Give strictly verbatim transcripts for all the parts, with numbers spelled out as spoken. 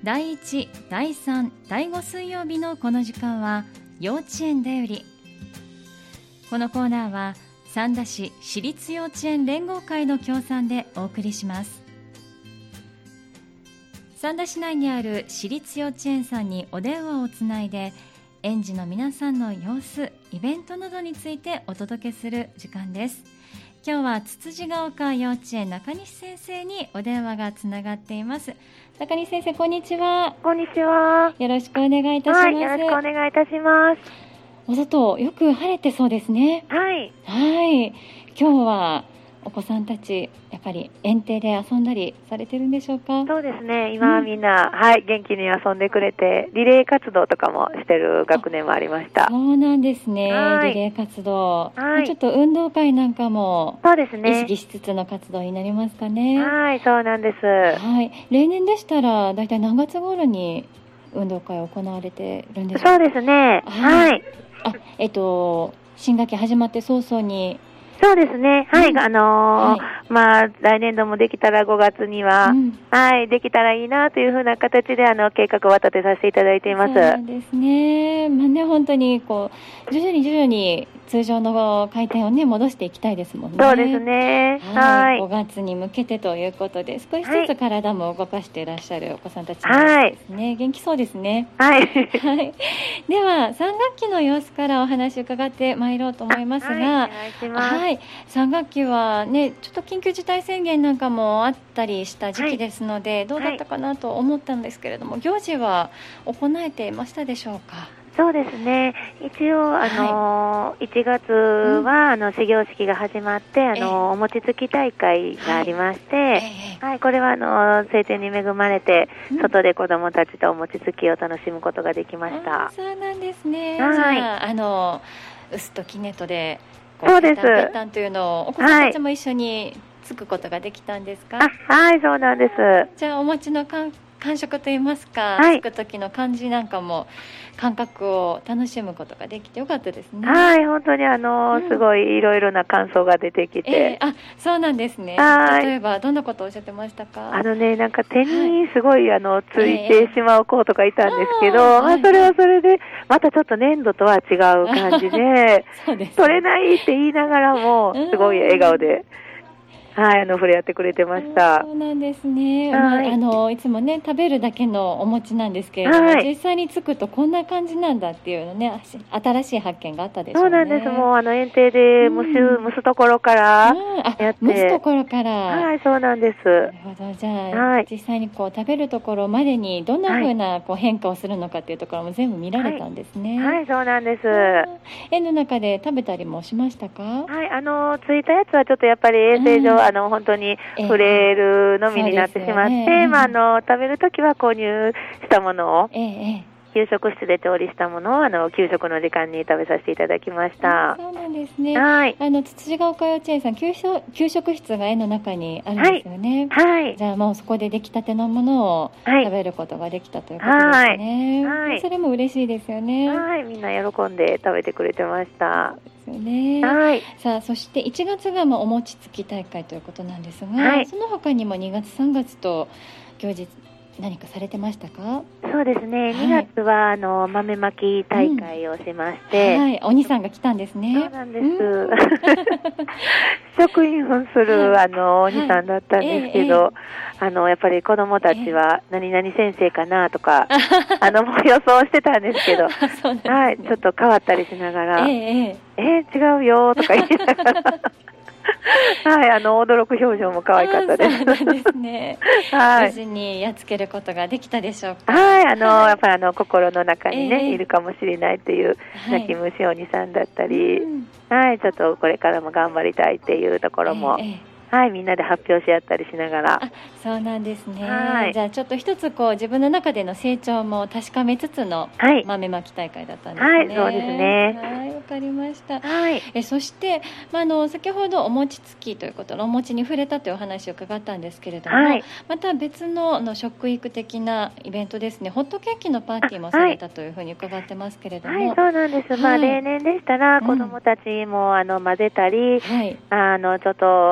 だいいち、だいさん、だいご水曜日のこの時間は幼稚園だより。このコーナーは三田市私立幼稚園連合会の協賛でお送りします。三田市内にある私立幼稚園さんにお電話をつないで、園児の皆さんの様子、イベントなどについてお届けする時間です。今日はつつじが丘幼稚園中西先生にお電話がつながっています。中西先生、こんにちは。 こんにちは。 よろしくお願いいたします。 はい、よろしくお願いいたします。 お外よく晴れてそうですね。 はい。 はい。今日はお子さんたちやっぱり園庭で遊んだりされてるんでしょうか？ そうですね。今はみんな、うん、はい、元気に遊んでくれて、リレー活動とかもしてる学年もありました。 そうなんですね。リレー活動。はい。ちょっと運動会なんかもそうですね。意識しつつの活動になりますかね。 はい、そうなんです。 はい。例年でしたらだいたい何月頃に運動会行われてるんでしょうか？ そうですね。はい。はい、 あ、えっと新学期始まって早々に。 そうですね。はい。うん、あのーはい、まあ、来年度もできたらごがつには、うん、はい、できたらいいなというふうな形で、あの、計画を立てさせていただいています。 そうなんですね。まあね、本当に、こう、徐々に徐々に通常の回転をね、戻していきたいですもんね。 そうですね。 はい。はい、ごがつに向けてということで、少しずつ体も動かしていらっしゃるお子さんたちですね。はい、元気そうですね。 はい。 はい。では、さん学期の様子からお話を伺ってまいろうと思いますが、はい、お願いします。 はい。さん学期はね、ちょっと緊急事態宣言なんかもあったりした時期ですので、はい、どうだったかなと思ったんですけれども、はい、行事は行えていましたでしょうか？ そうですね。一応、あの、はい、いちがつは、うん、あの、始業式が始まって、あの、お餅つき大会がありまして、はい、はい、これは、あの、晴天に恵まれて、うん、外で子供たちとお餅つきを楽しむことができました。 そうなんですね。 はい。 じゃあ、あの、薄ときネットで、 そうです。 ペッタンというのをお子さんたちも一緒につくことができたんですか？ はい、あ、はい、そうなんです。 じゃあお餅の感触といいますか、 はい、 つく時の感じなんかも感覚を楽しむことができてよかったですね。 はい、本当にあの、うん、すごいいろいろな感想が出てきて、 えー、あ、そうなんですね。例えばどんなことをおっしゃってましたか？ あのね、なんか手にすごい、はい、あのついてしまう子とかいたんですけど、えー、まあ、それはそれでまたちょっと粘土とは違う感じでそうです、ね、取れないって言いながらもすごい笑顔で、はい、あの触れ合ってくれてました。 そうなんですね。はい、まあ、あのいつもね食べるだけのお餅なんですけれども、はい、実際につくとこんな感じなんだっていうのね、新しい発見があったでしょうね。 そうなんです。もうあの園庭で蒸す、うん、蒸すところからやって、 うん、蒸すところから、 はい、そうなんです。 なるほど。じゃあ、はい、実際にこう食べるところまでにどんな風なこう変化をするのかっていうところも全部見られたんですね。 はい、はい、そうなんです。 園の中で食べたりもしましたか？ はい、あのついたやつはちょっとやっぱり衛生上、うん、あの本当に触れるのみになってしまって、えーね、まあ、あの食べるときは購入したものを、えー、給食室で調理したものをあの給食の時間に食べさせていただきました。 そうなんですね。 はい。 あのつつじが丘幼稚園さん、給食、給食室が園の中にあるんですよね。 はい。はい、 じゃあもうそこで出来たてのものを食べることができたということですね。はい。はい、それも嬉しいですよね。 はい。みんな喜んで食べてくれてました。 ですよね。はい。さあ、そしていちがつがまあお餅つき大会ということなんですが、はい、その他にもにがつさんがつと行事何かされてましたか？ そうですね、はい、にがつはあの豆まき大会をしまして、 うん、はい、お兄さんが来たんですね。 そうなんです、うん、職員扮する、はい、あのお兄さんだったんですけど、はいえー、あのやっぱり子供たちは何々先生かなとか、えー、あのもう予想してたんですけどそうなんですね、はい、ちょっと変わったりしながら、えー、えー、違うよとか言いながらはい、あの驚く表情も可愛かったです。 そうなんですね。はい、無事にやっつけることができたでしょうか。 はい、あの、はい、やっぱりあの心の中にね、えー、いるかもしれないという泣き虫お兄さんだったり、はい、はい、ちょっとこれからも頑張りたいっていうところも。えーえーはい、みんなで発表し合ったりしながら。 あ、そうなんですね。はい、じゃあちょっと一つこう自分の中での成長も確かめつつの豆まき大会だったんですね。 はい、はい、そうですね。 はい、わかりました。 はい。 えそして、まあ、あの先ほどお餅つきということのお餅に触れたというお話を伺ったんですけれども、はい、また別のの食育的なイベントですね、ホットケーキのパーティーもされたというふうに伺ってますけれども。 はい、そうなんです。はい、まあ例年でしたら子どもたちも、うん、あの混ぜたり、はい、あのちょっとホットプレート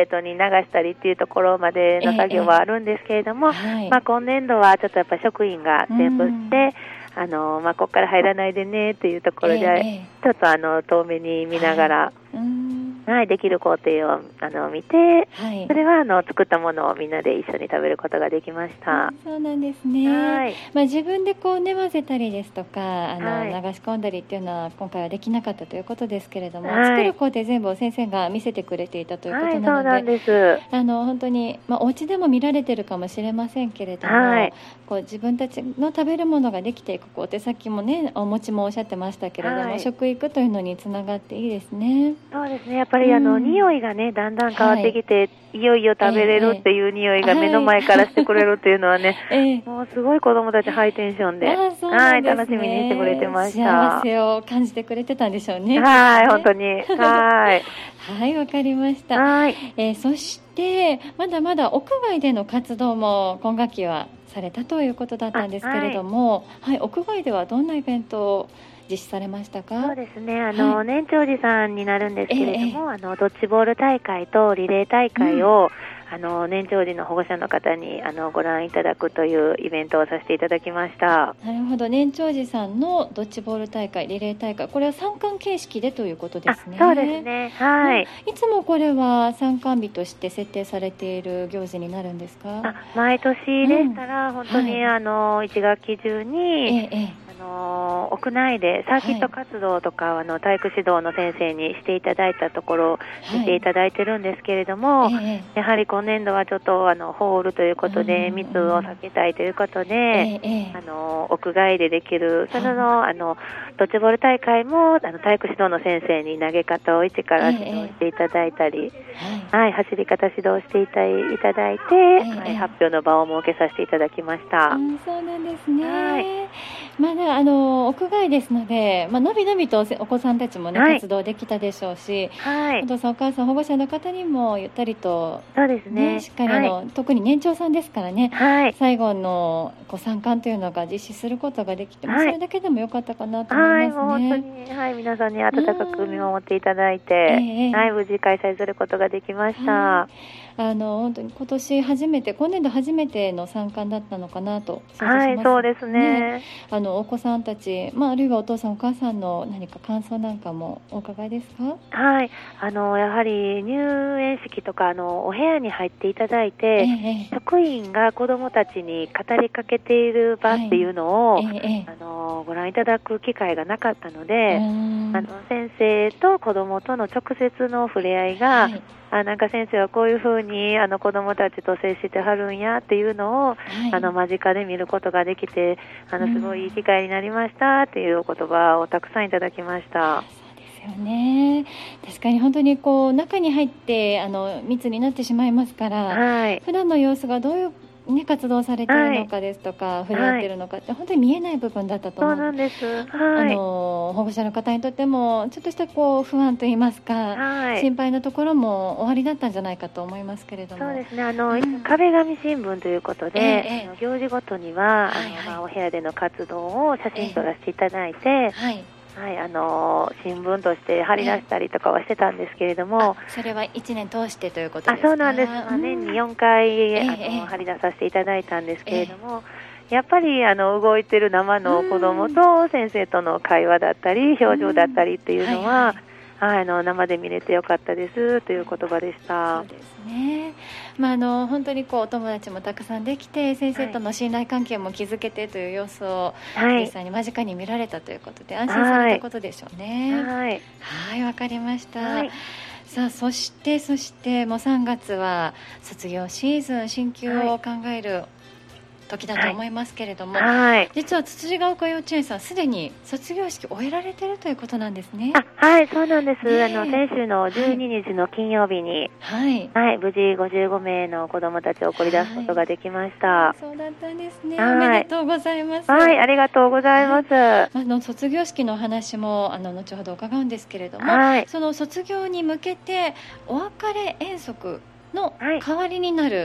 レートに流したりっていうところまでの作業はあるんですけれども、ええはいまあ、今年度はちょっとやっぱ職員が全部して、あのまあ、ここから入らないでねっていうところで、え、ちょっとあの遠目に見ながら、はいはい、できる工程をあの見て、はい、それはあの作ったものをみんなで一緒に食べることができました。 そうなんですね、はいまあ、自分でこうね混ぜたりですとかあの、はい、流し込んだりっていうのは今回はできなかったということですけれども、はい、作る工程全部先生が見せてくれていたということなので、はい、そうなんです。あの本当に、まあ、お家でも見られてるかもしれませんけれども、はい、こう自分たちの食べるものができていくこう手先もねお餅もおっしゃってましたけれども、はい、食育というのにつながっていいですね。 そうですねやっぱりあの、うん、匂いがねだんだん変わってきて、はい、いよいよ食べれるっていう匂いが目の前からしてくれるっていうのはね、はい、もうすごい子供たちハイテンションで、 あそうなんですね、 はい、楽しみにしてくれてました。 幸せを感じてくれてたんでしょうね。 はい、本当にはいはいわかりました。はい、えー、そしてまだまだ屋外での活動も今学期はされたということだったんですけれども、はいはい、屋外ではどんなイベントを実施されましたか？ そうですねあの、はい、年長寺さんになるんですけれども、えー、あのドッジボール大会とリレー大会を、うん、あの年長寺の保護者の方にあのご覧いただくというイベントをさせていただきました。 なるほど年長寺さんのドッジボール大会リレー大会これは参観形式でということですね。 そうですねはい、 いつもこれは参観日として設定されている行事になるんですか？ あ毎年でしたら、うん、本当に、はい、あのいち学期中に、ええあの屋内でサーキット活動とか、はい、あの体育指導の先生にしていただいたところを見ていただいてるんですけれども、はいええ、やはり今年度はちょっとあのホールということで密を避けたいということで、え、あの屋外でできるその、はい、あのドッジボール大会もあの体育指導の先生に投げ方を一から指導していただいたり、はいはい、走り方指導していただいて、はい、発表の場を設けさせていただきました。 うん、そうなんですね、はいまだあの屋外ですので、まあのびのびとお子さんたちも、ねはい、活動できたでしょうし、はい、お父さんお母さん保護者の方にもゆったりと、 そうですね、 ねしっかりあの、はい、特に年長さんですからね、はい、最後のご参観というのが実施することができて、はい、それだけでも良かったかなと思いますね。はい、もう本当に、はい、皆さんに温かく見守っていただいて、えー、はい、無事開催することができました。はいあの本当に今年初めて今年度初めての参観だったのかなと想像します、 はい、そうですね。 ねあのお子さんたち、まあ、あるいはお父さんお母さんの何か感想なんかもお伺いですか？ はいあのやはり入園式とかあのお部屋に入っていただいて、ええ、職員が子どもたちに語りかけている場っていうのを、はいえ、あのご覧いただく機会がなかったので、あの先生と子どもとの直接の触れ合いが、はいあなんか先生はこういうふうにあの子どもたちと接してはるんやっていうのを、はい、あの間近で見ることができてあのすごいいい機会になりましたっていうお言葉をたくさんいただきました。 そうですよね。確かに本当にこう中に入ってあの密になってしまいますから、はい、普段の様子がどういうね、活動されているのかですとか、はい、触れ合っているのかって、はい、本当に見えない部分だったと思う。 そうなんです、はい、 あの保護者の方にとってもちょっとしたこう不安といいますか、はい、心配なところも終わりだったんじゃないかと思いますけれども。 そうですねあの、うん、壁紙新聞ということで、えー、行事ごとには、はいはい、あのまあ、お部屋での活動を写真撮らせていただいて、えーはいはい、あの新聞として貼り出したりとかはしてたんですけれども、 それはいちねん通してということですか？ あそうなんです、うん、年によんかい、えー、あのえー、貼り出させていただいたんですけれども、えー、やっぱりあの動いてる生の子どもと先生との会話だったり表情だったりっていうのは、はいはいはい、あの生で見れてよかったですという言葉でした。 そうですね、まあ、あの本当にこうお友達もたくさんできて先生との信頼関係も築けてという様子を、はい、実際に間近に見られたということで安心されたことでしょうね。はい、はい、わかりました。はい、さあそしてそしてもうさんがつは卒業シーズン進級を考える、はい時だと思いますけれども、はい、実はつつじが丘幼稚園さんすでに卒業式を終えられているということなんですね。 あはいそうなんです、ね、あの先週のじゅうににちの金曜日に、はいはい、無事ごじゅうごめいの子どもたちを送り出すことができました。はい、 そうだったんですね、はい、おめでとうございます。 はいありがとうございます。はい、 あの卒業式の話もあの後ほど伺うんですけれども、はい、その卒業に向けてお別れ遠足の代わりになる、はい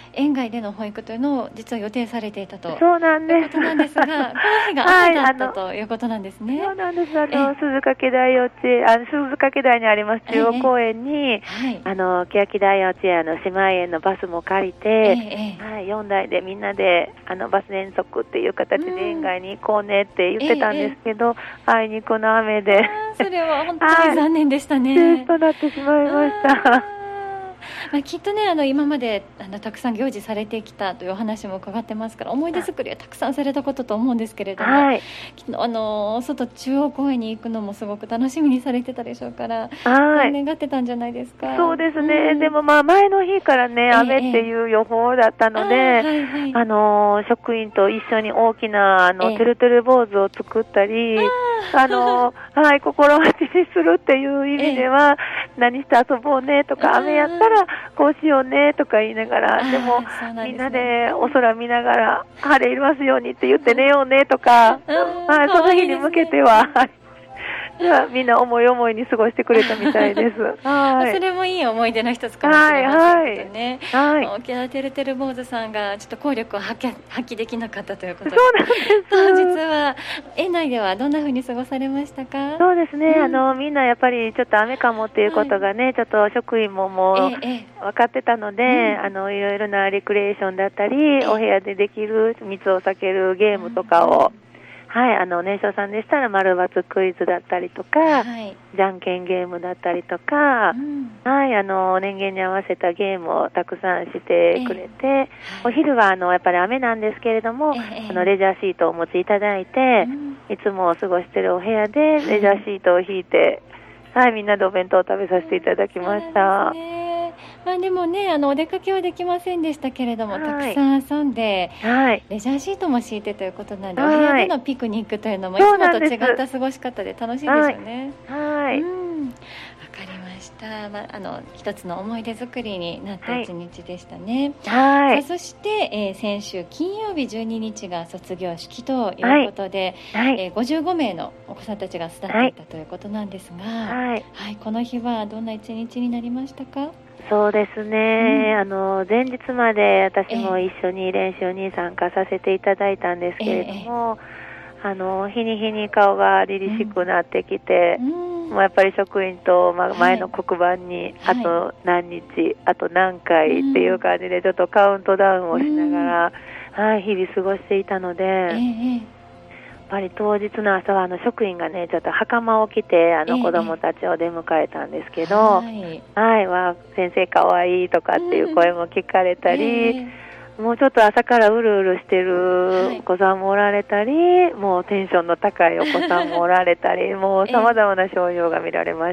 園外での保育というのを実は予定されていたとそうなんです。 いうことなんですが、この日が雨だったということなんですね。 そうなんです。あの鈴掛台幼稚園、あの鈴掛台にあります中央公園に、はい、あの欅台幼稚園の姉妹園のバスも借りて、はい、よんだいでみんなであのバス遠足っていう形で園外に行こうねって言ってたんですけど、あいにくの雨でそれは本当に残念でしたね。 中止となってしまいました。 まあ、きっとねあの今まであのたくさん行事されてきたというお話も伺ってますから、思い出作りはたくさんされたことと思うんですけれども、はい、あの外中央公園に行くのもすごく楽しみにされてたでしょうから、はい、願ってたんじゃないですか。 そうですね、うん、でもまあ前の日からね雨っていう予報だったので、ええはいはい、あの職員と一緒に大きなあの、ええ、てるてる坊主を作ったり、あのはい、心待ちにするっていう意味では、ええ、何して遊ぼうねとか、雨やったらこうしようねとか言いながら、でもで、ね、みんなでお空見ながら晴れますようにって言って寝ようねとか、はい、その日に向けてはみんな思い思いに過ごしてくれたみたいです。 はい、それもいい思い出の一つかもしれませんけどね。はいはい、大きなてるてる坊主さんがちょっと効力を発揮、発揮できなかったということで、 そうなんです。 当日は園内ではどんな風に過ごされましたか？ そうですね、うん、あのみんなやっぱりちょっと雨かもっていうことがね、はい、ちょっと職員ももう分かってたので、ええ、あのいろいろなリクリエーションだったり、お部屋でできる密を避けるゲームとかを、うんはい、あの年少さんでしたら丸×クイズだったりとか、はい、じゃんけんゲームだったりとか、うん、はい、あの年限に合わせたゲームをたくさんしてくれて、えー、お昼はあのやっぱり雨なんですけれども、えー、あのレジャーシートをお持ちいただいて、うん、いつも過ごしているお部屋でレジャーシートを引いて、はい、みんなでお弁当を食べさせていただきました。 まあ、でもねあのお出かけはできませんでしたけれども、はい、たくさん遊んで、はい、レジャーシートも敷いてということなんで、はい、お部屋でのピクニックというのもいつもと違った過ごし方で楽しいですよね。 はい、 うん、わかりました。まあ、あの一つの思い出作りになった一日でしたね。はい、さあそして、えー、先週金曜日じゅうににちが卒業式ということで、はい、えー、ごじゅうごめいのお子さんたちが巣立っていたということなんですが、はいはい、この日はどんな一日になりましたか？ そうですね、うん、あの前日まで私も一緒に練習に参加させていただいたんですけれども、えー、あの日に日に顔が凛々しくなってきて、うん、もうやっぱり職員と、ま、前の黒板に、はい、あと何日、はい、あと何回っていう感じでちょっとカウントダウンをしながら、うん、はい、日々過ごしていたので、えーやっぱり当日の朝はあの職員がねちょっと袴を着てあの子供たちを出迎えたんですけど、えー、はい、わ先生かわいいとかっていう声も聞かれたり、えー、もうちょっと朝からうるうるしてるお子さんもおられたり、はい、もうテンションの高いお子さんもおられたりもう様々な症状が見られました。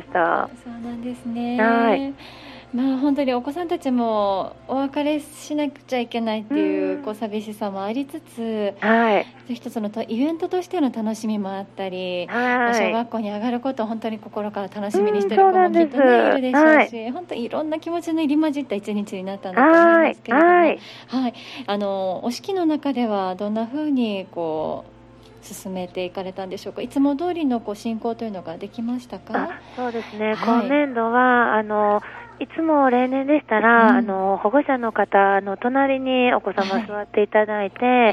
えー、そうなんですね。はい、まあ、本当にお子さんたちもお別れしなくちゃいけないっていう、こう寂しさもありつつ、はい、一つのとイベントとしての楽しみもあったり、はい、小学校に上がることを本当に心から楽しみにしている子もきっと、ね、いるでしょうし、はい、本当にいろんな気持ちの入り混じった一日になったんだと思いますけれども、はいはいはい、あのお式の中ではどんなふうにこう進めていかれたんでしょうか。いつも通りのこう進行というのができましたか？ そうですね、はい、今年度はあのいつも例年でしたら、うん、あの保護者の方の隣にお子様座っていただいて、はい、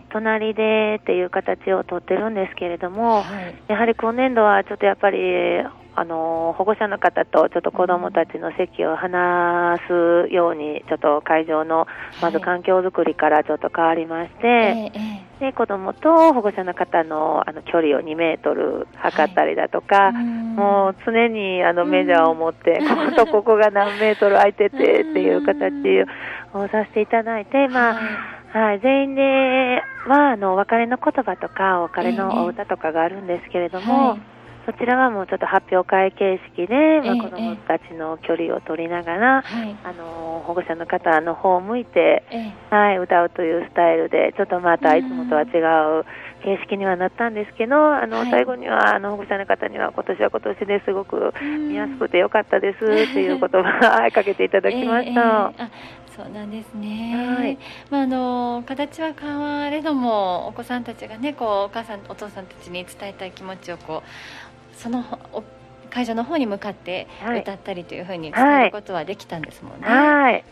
隣でっていう形をとってるんですけれども、はい、やはり今年度はちょっとやっぱりあの保護者の方とちょっと子どもたちの席を離すようにちょっと会場のまず環境づくりからちょっと変わりまして、はい、で子どもと保護者の方のあの距離をにメートル測ったりだとか、はい、もう常にあのメジャーを持ってこことここが何メートル空いててっていう形をさせていただいて、まあはい、全員ではあのお別れの言葉とかお別れのお歌とかがあるんですけれども、はい、そちらはもうちょっと発表会形式で、まあ、子どもたちの距離を取りながら、ええ、あの保護者の方の方を向いて、ええ、はい、歌うというスタイルでちょっとまたいつもとは違う形式にはなったんですけど、あの、はい、最後にはあの保護者の方には今年は今年ですごく見やすくてよかったですという言葉をかけていただきました。えええあそうなんですね、はいまあ、あの形は変われどもお子さんたちが、ね、こうお母さんお父さんたちに伝えたい気持ちをこうその会場の方に向かって歌ったりというふうに伝えることはできたんですもんね。はい、よかったです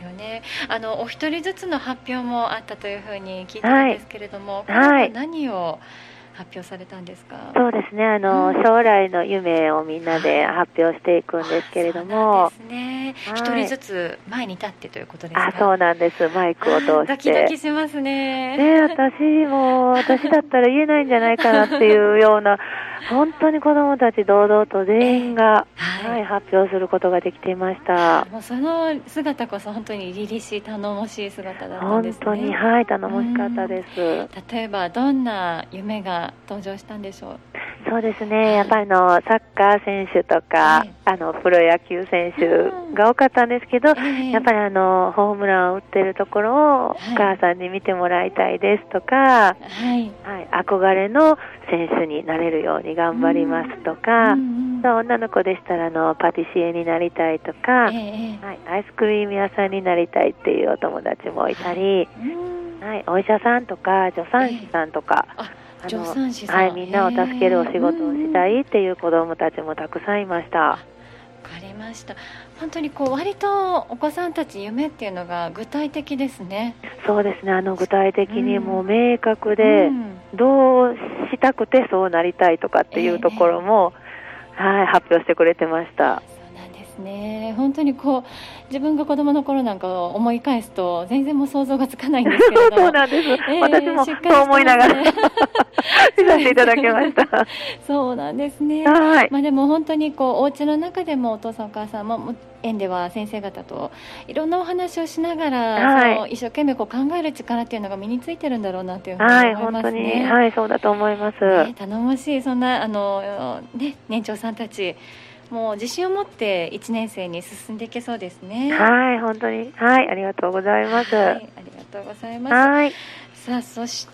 ですよね。あのお一人ずつの発表もあったというふうに聞いてるんですけれども、はい、これは何を発表されたんですか？ そうですね、あの、うん、将来の夢をみんなで発表していくんですけれども、 そうですね、一、はい、人ずつ前に立ってということですか？ あ、そうなんです。マイクを通して。 ドキドキしますね。 ね、私も私だったら言えないんじゃないかなっていうような本当に子どもたち堂々と全員が、えーはいはい、発表することができていました。 もうその姿こそ本当に凛々しい頼もしい姿だったんですね。 本当に、はい、頼もしかったです。 例えばどんな夢が登場したんでしょう？ そうですね、やっぱりのサッカー選手とか、えー、あのプロ野球選手が多かったんですけど、えー、やっぱりあのホームランを打ってるところをお母さんに見てもらいたいですとか、はいはい、憧れの選手になれるように頑張りますとか、うんうん、女の子でしたらあのパティシエになりたいとか、えーはい、アイスクリーム屋さんになりたいっていうお友達もいたり、はいはい、お医者さんとか助産師さんとか、えー助産師さん、 はい、みんなを助けるお仕事をしたいっていう子どもたちもたくさんいました。わかりました。本当にこう割とお子さんたち夢っていうのが具体的ですね。 そうですね、あの具体的にもう明確で、うん、どうしたくてそうなりたいとかっていうところも、えー、はい、発表してくれてました。 ね、本当にこう自分が子供の頃なんかを思い返すと全然もう想像がつかないんですけれどそうなんです、えー、私もそう思いながら見させていただきましたそうなんですね、 はい、 まあ、でも本当にこうお家の中でもお父さんお母さんも園では先生方といろんなお話をしながら、はい、その一生懸命こう考える力っていうのが身についてるんだろうなというふうに思いますね。はい、本当に、 はい、そうだと思います、 ね、頼もしいそんなあの、ね、年長さんたちもう自信を持っていちねん生に進んでいけそうですね。 はい、本当に、はい、ありがとうございます。はい、 ありがとうございます。はい、さあ、そして、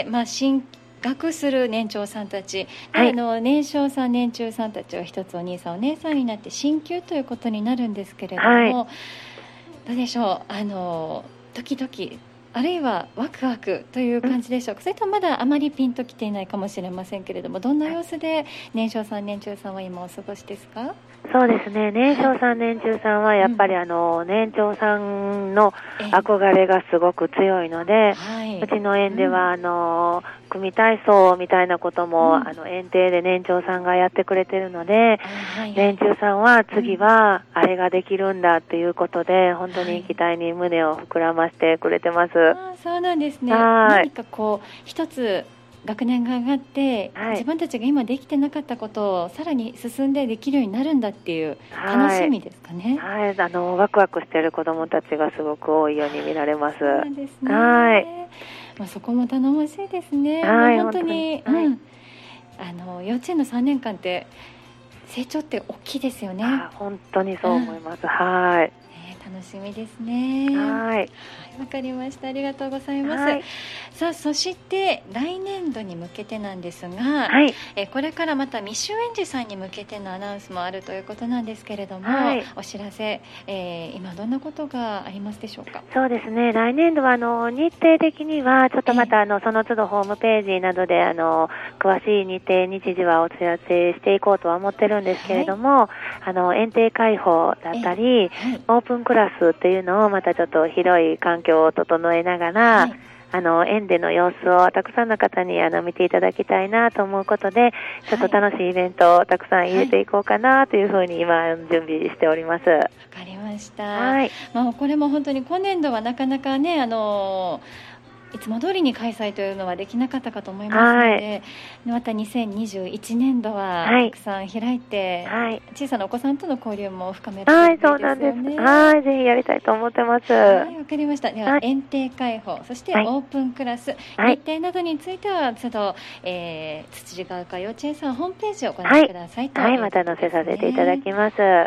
まあ、進学する年長さんたち、はい、あの年少さん年中さんたちは一つお兄さんお姉さんになって進級ということになるんですけれども、はい、どうでしょう、あのドキドキあるいはワクワクという感じでしょうか、うん、それとまだあまりピンときていないかもしれませんけれども、どんな様子で年少さん年中さんは今お過ごしですか？ そうですね、年少さん年中さんはやっぱりあの年長さんの憧れがすごく強いので、はい、うちの園ではあの組体操みたいなことも、うん、あの園庭で年長さんがやってくれてるので、はいはい、年中さんは次はあれができるんだっていうことで本当に期待に胸を膨らませてくれてます。 あ、そうなんですね。何かこう一つ学年が上がって、はい、自分たちが今できてなかったことをさらに進んでできるようになるんだっていう楽しみですかね。 はい、はい、あのワクワクしている子どもたちがすごく多いように見られます。そうなんですね。 はい、 まあ、そこも頼もしいですね。 はい、 本当に、うん、はい、あの幼稚園のさんねんかんって成長って大きいですよね。 あ、本当にそう思います。うん、はい、 楽しみですね。 はい、 わかりました。ありがとうございます。 はい、 さあ、そして来年度に向けてなんですが、 はい、 えこれからまた未就園児さんに向けてのアナウンスもあるということなんですけれども、 はい、 お知らせ、えー、今どんなことがありますでしょうか？ そうですね、来年度はあの日程的にはちょっとまたあのその都度ホームページなどであの詳しい日程日時はお知らせしていこうとは思ってるんですけれども、はい、あの園庭開放だったり、はい、オープンクラスっていうのをまたちょっと広い環境を整えながら、はい、あの園での様子をたくさんの方にあの見ていただきたいなと思うことで、ちょっと楽しいイベントをたくさん入れていこうかなというふうに今準備しております。わかりました。はい、まあ、これも本当に今年度はなかなかね、あのいつも通りに開催というのはできなかったかと思いますので、はい、またにせんにじゅういちねんどはたくさん開いて、はい、小さなお子さんとの交流も深められるといいですよね。はい、そうなんです。 はい、ぜひやりたいと思ってます。 はい、わかりました。では、はい、園庭開放、そしてオープンクラス、はい、日程などについては都度、えー、つつじが丘幼稚園さんホームページをご覧ください、 はい、はい、また載せさせていただきます。 はい、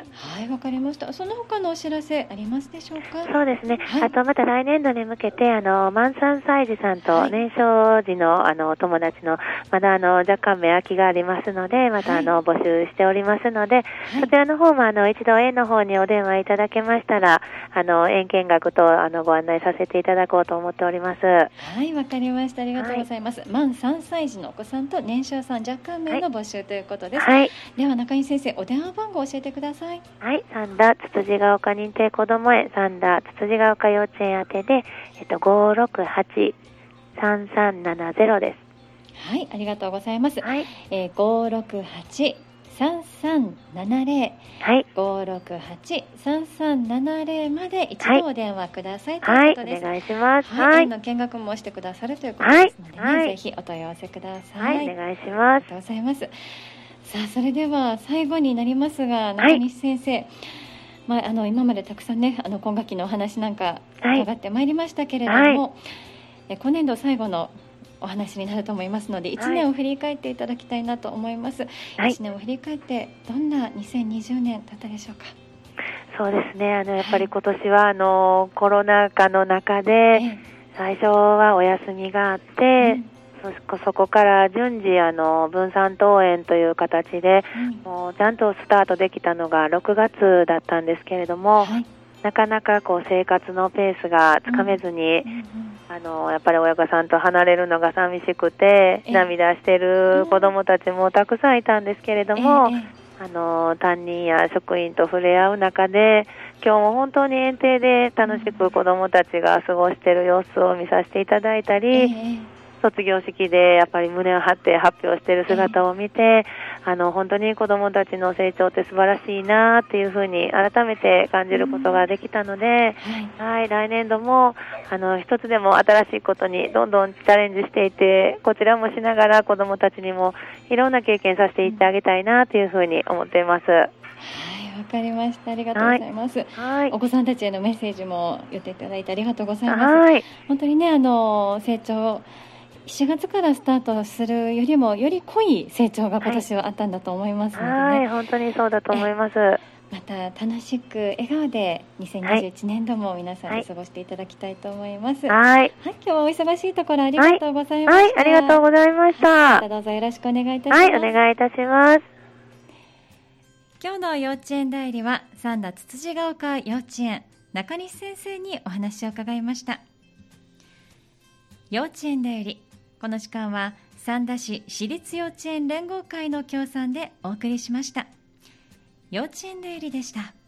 わかりました。その他のお知らせありますでしょうか？ そうですね、はい、あとまた来年度に向けてあのマンサンサ歳児さんと年少児のあの友達のまだあの若干目空きがありますので、またあの募集しておりますので、はい、そちらの方もあの一度園の方にお電話いただけましたら、あの園見学とあのご案内させていただこうと思っております。 はい、わかりました。ありがとうございます。はい、満さんさい児のお子さんと年少さん若干名の募集ということです。はい、では中井先生、お電話番号を教えてください。 はい、三田つつじが丘認定こども園、三田つつじが丘幼稚園宛てで、えっとごろくはちさんさんななゼロです。 はい、ありがとうございます。 はい、 えー、ごろくはちさんさんななゼロ、はい、ごろくはちさんさんななゼロまで一度お電話ください、 はい、 ということです。 はい、お願いします。 はい、園の見学もしてくださるということですので、ね、はい、ぜひお問い合わせください。 はい、お願いします。 ありがとうございます。さあ、それでは最後になりますが、中西先生、はい、まあ、あの今までたくさんね、あの今学期のお話なんか伺ってまいりましたけれども、はい、え今年度最後のお話になると思いますので、いちねんを振り返っていただきたいなと思います。はい、いちねんを振り返ってどんなにせんにじゅうねんだったでしょうか。 そうですね、あのやっぱり今年はあのコロナ禍の中で最初はお休みがあって、うん、そ, そこから順次あの分散登園という形で、うん、もうちゃんとスタートできたのがろくがつだったんですけれども、はい、なかなかこう生活のペースがつかめずに、うんうんうん、あのやっぱり親御さんと離れるのが寂しくて涙している子どもたちもたくさんいたんですけれども、ええ、あの担任や職員と触れ合う中で今日も本当に園庭で楽しく子どもたちが過ごしている様子を見させていただいたり、ええ、卒業式でやっぱり胸を張って発表している姿を見て、えー、あの本当に子どもたちの成長って素晴らしいなっていうふうに改めて感じることができたので、うん、はい、はい、来年度もあの一つでも新しいことにどんどんチャレンジしていて、こちらもしながら子どもたちにもいろんな経験させていってあげたいなというふうに思っています。はい、 わかりました。ありがとうございます。はいはい、お子さんたちへのメッセージも言っていただいてありがとうございます。はい、本当にね、あの成長しがつからスタートするよりもより濃い成長が今年はあったんだと思いますのでね、 はいはい、本当にそうだと思います。 また楽しく笑顔でにせんにじゅういちねんども皆さんで過ごしていただきたいと思います。はい、はい、今日はお忙しいところありがとうございました。はい、はい、 ありがとうございました。 またどうぞよろしくお願いいたします。 はい、お願いいたします。 今日の幼稚園代理は三田つつじが丘幼稚園中西先生にお話を伺いました。幼稚園代理、この時間は三田市私立幼稚園連合会の協賛でお送りしました。幼稚園代理でした。